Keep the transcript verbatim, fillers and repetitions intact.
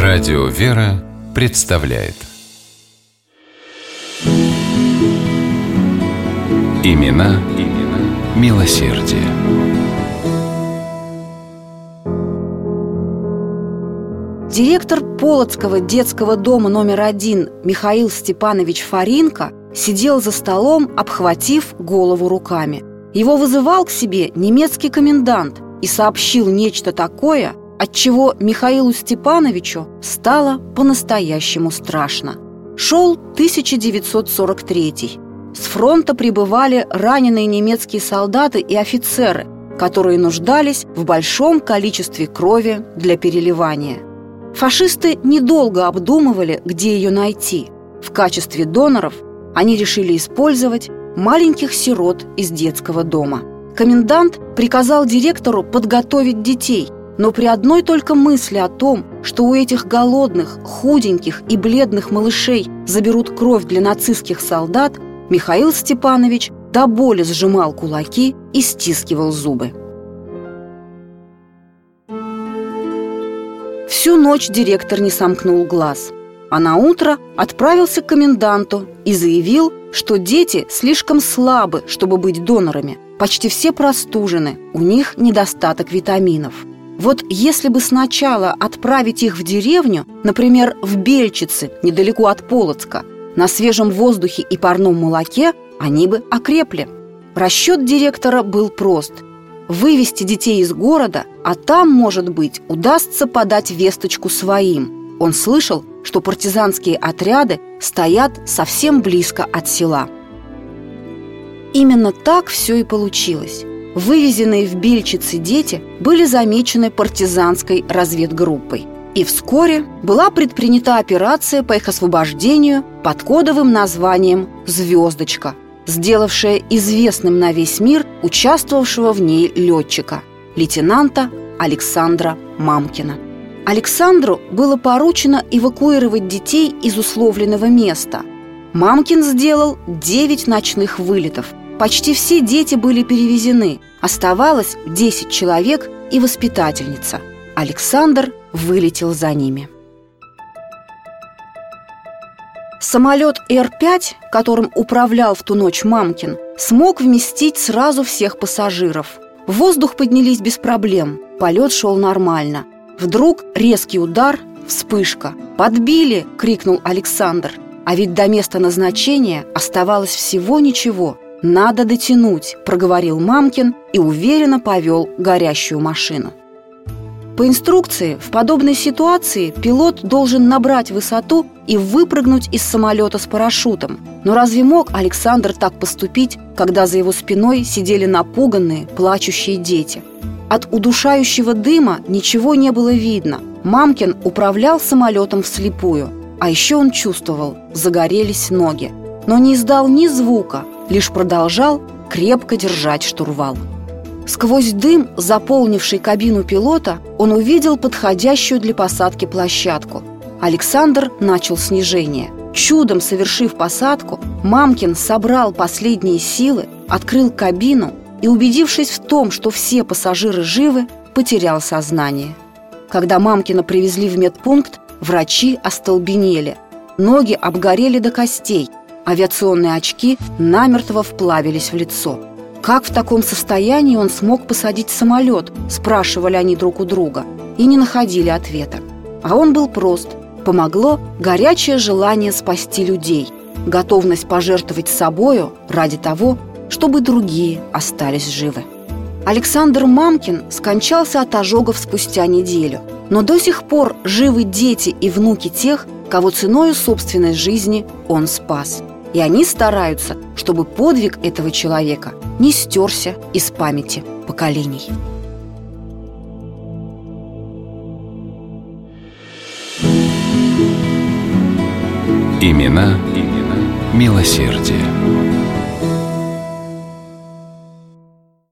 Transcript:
Радио «Вера» представляет Имена, имена милосердия. Директор Полоцкого детского дома номер один Михаил Степанович Фаринко сидел за столом, обхватив голову руками. Его вызывал к себе немецкий комендант и сообщил нечто такое, от чего Михаилу Степановичу стало по-настоящему страшно. Шел тысяча девятьсот сорок третий. С фронта прибывали раненые немецкие солдаты и офицеры, которые нуждались в большом количестве крови для переливания. Фашисты недолго обдумывали, где ее найти. В качестве доноров они решили использовать маленьких сирот из детского дома. Комендант приказал директору подготовить детей, но при одной только мысли о том, что у этих голодных, худеньких и бледных малышей заберут кровь для нацистских солдат, Михаил Степанович до боли сжимал кулаки и стискивал зубы. Всю ночь директор не сомкнул глаз, а на утро отправился к коменданту и заявил, что дети слишком слабы, чтобы быть донорами. Почти все простужены, у них недостаток витаминов. Вот если бы сначала отправить их в деревню, например, в Бельчицы, недалеко от Полоцка, на свежем воздухе и парном молоке, они бы окрепли. Расчет директора был прост – вывести детей из города, а там, может быть, удастся подать весточку своим. Он слышал, что партизанские отряды стоят совсем близко от села. Именно так все и получилось. Вывезенные в Бельчицы дети были замечены партизанской разведгруппой. И вскоре была предпринята операция по их освобождению под кодовым названием «Звездочка», сделавшая известным на весь мир участвовавшего в ней летчика, лейтенанта Александра Мамкина. Александру было поручено эвакуировать детей из условленного места. Мамкин сделал девять ночных вылетов. Почти все дети были перевезены. Оставалось десять человек и воспитательница. Александр вылетел за ними. Самолет Эр пять, которым управлял в ту ночь Мамкин, смог вместить сразу всех пассажиров. В воздух поднялись без проблем, полет шел нормально. Вдруг резкий удар, вспышка. «Подбили!» – крикнул Александр. А ведь до места назначения оставалось всего ничего. «Надо дотянуть», – проговорил Мамкин и уверенно повел горящую машину. По инструкции, в подобной ситуации пилот должен набрать высоту и выпрыгнуть из самолета с парашютом. Но разве мог Александр так поступить, когда за его спиной сидели напуганные, плачущие дети? От удушающего дыма ничего не было видно. Мамкин управлял самолетом вслепую. А еще он чувствовал, загорелись ноги. Но не издал ни звука, лишь продолжал крепко держать штурвал. Сквозь дым, заполнивший кабину пилота, он увидел подходящую для посадки площадку. Александр начал снижение. Чудом совершив посадку, Мамкин собрал последние силы, открыл кабину и, убедившись в том, что все пассажиры живы, потерял сознание. Когда Мамкина привезли в медпункт, врачи остолбенели. Ноги обгорели до костей, авиационные очки намертво вплавились в лицо. «Как в таком состоянии он смог посадить самолет?» – спрашивали они друг у друга и не находили ответа. А он был прост. Помогло горячее желание спасти людей, готовность пожертвовать собою ради того, чтобы другие остались живы. Александр Мамкин скончался от ожогов спустя неделю, но до сих пор живы дети и внуки тех, кого ценою собственной жизни он спас. И они стараются, чтобы подвиг этого человека не стерся из памяти поколений. Имена, имена милосердия.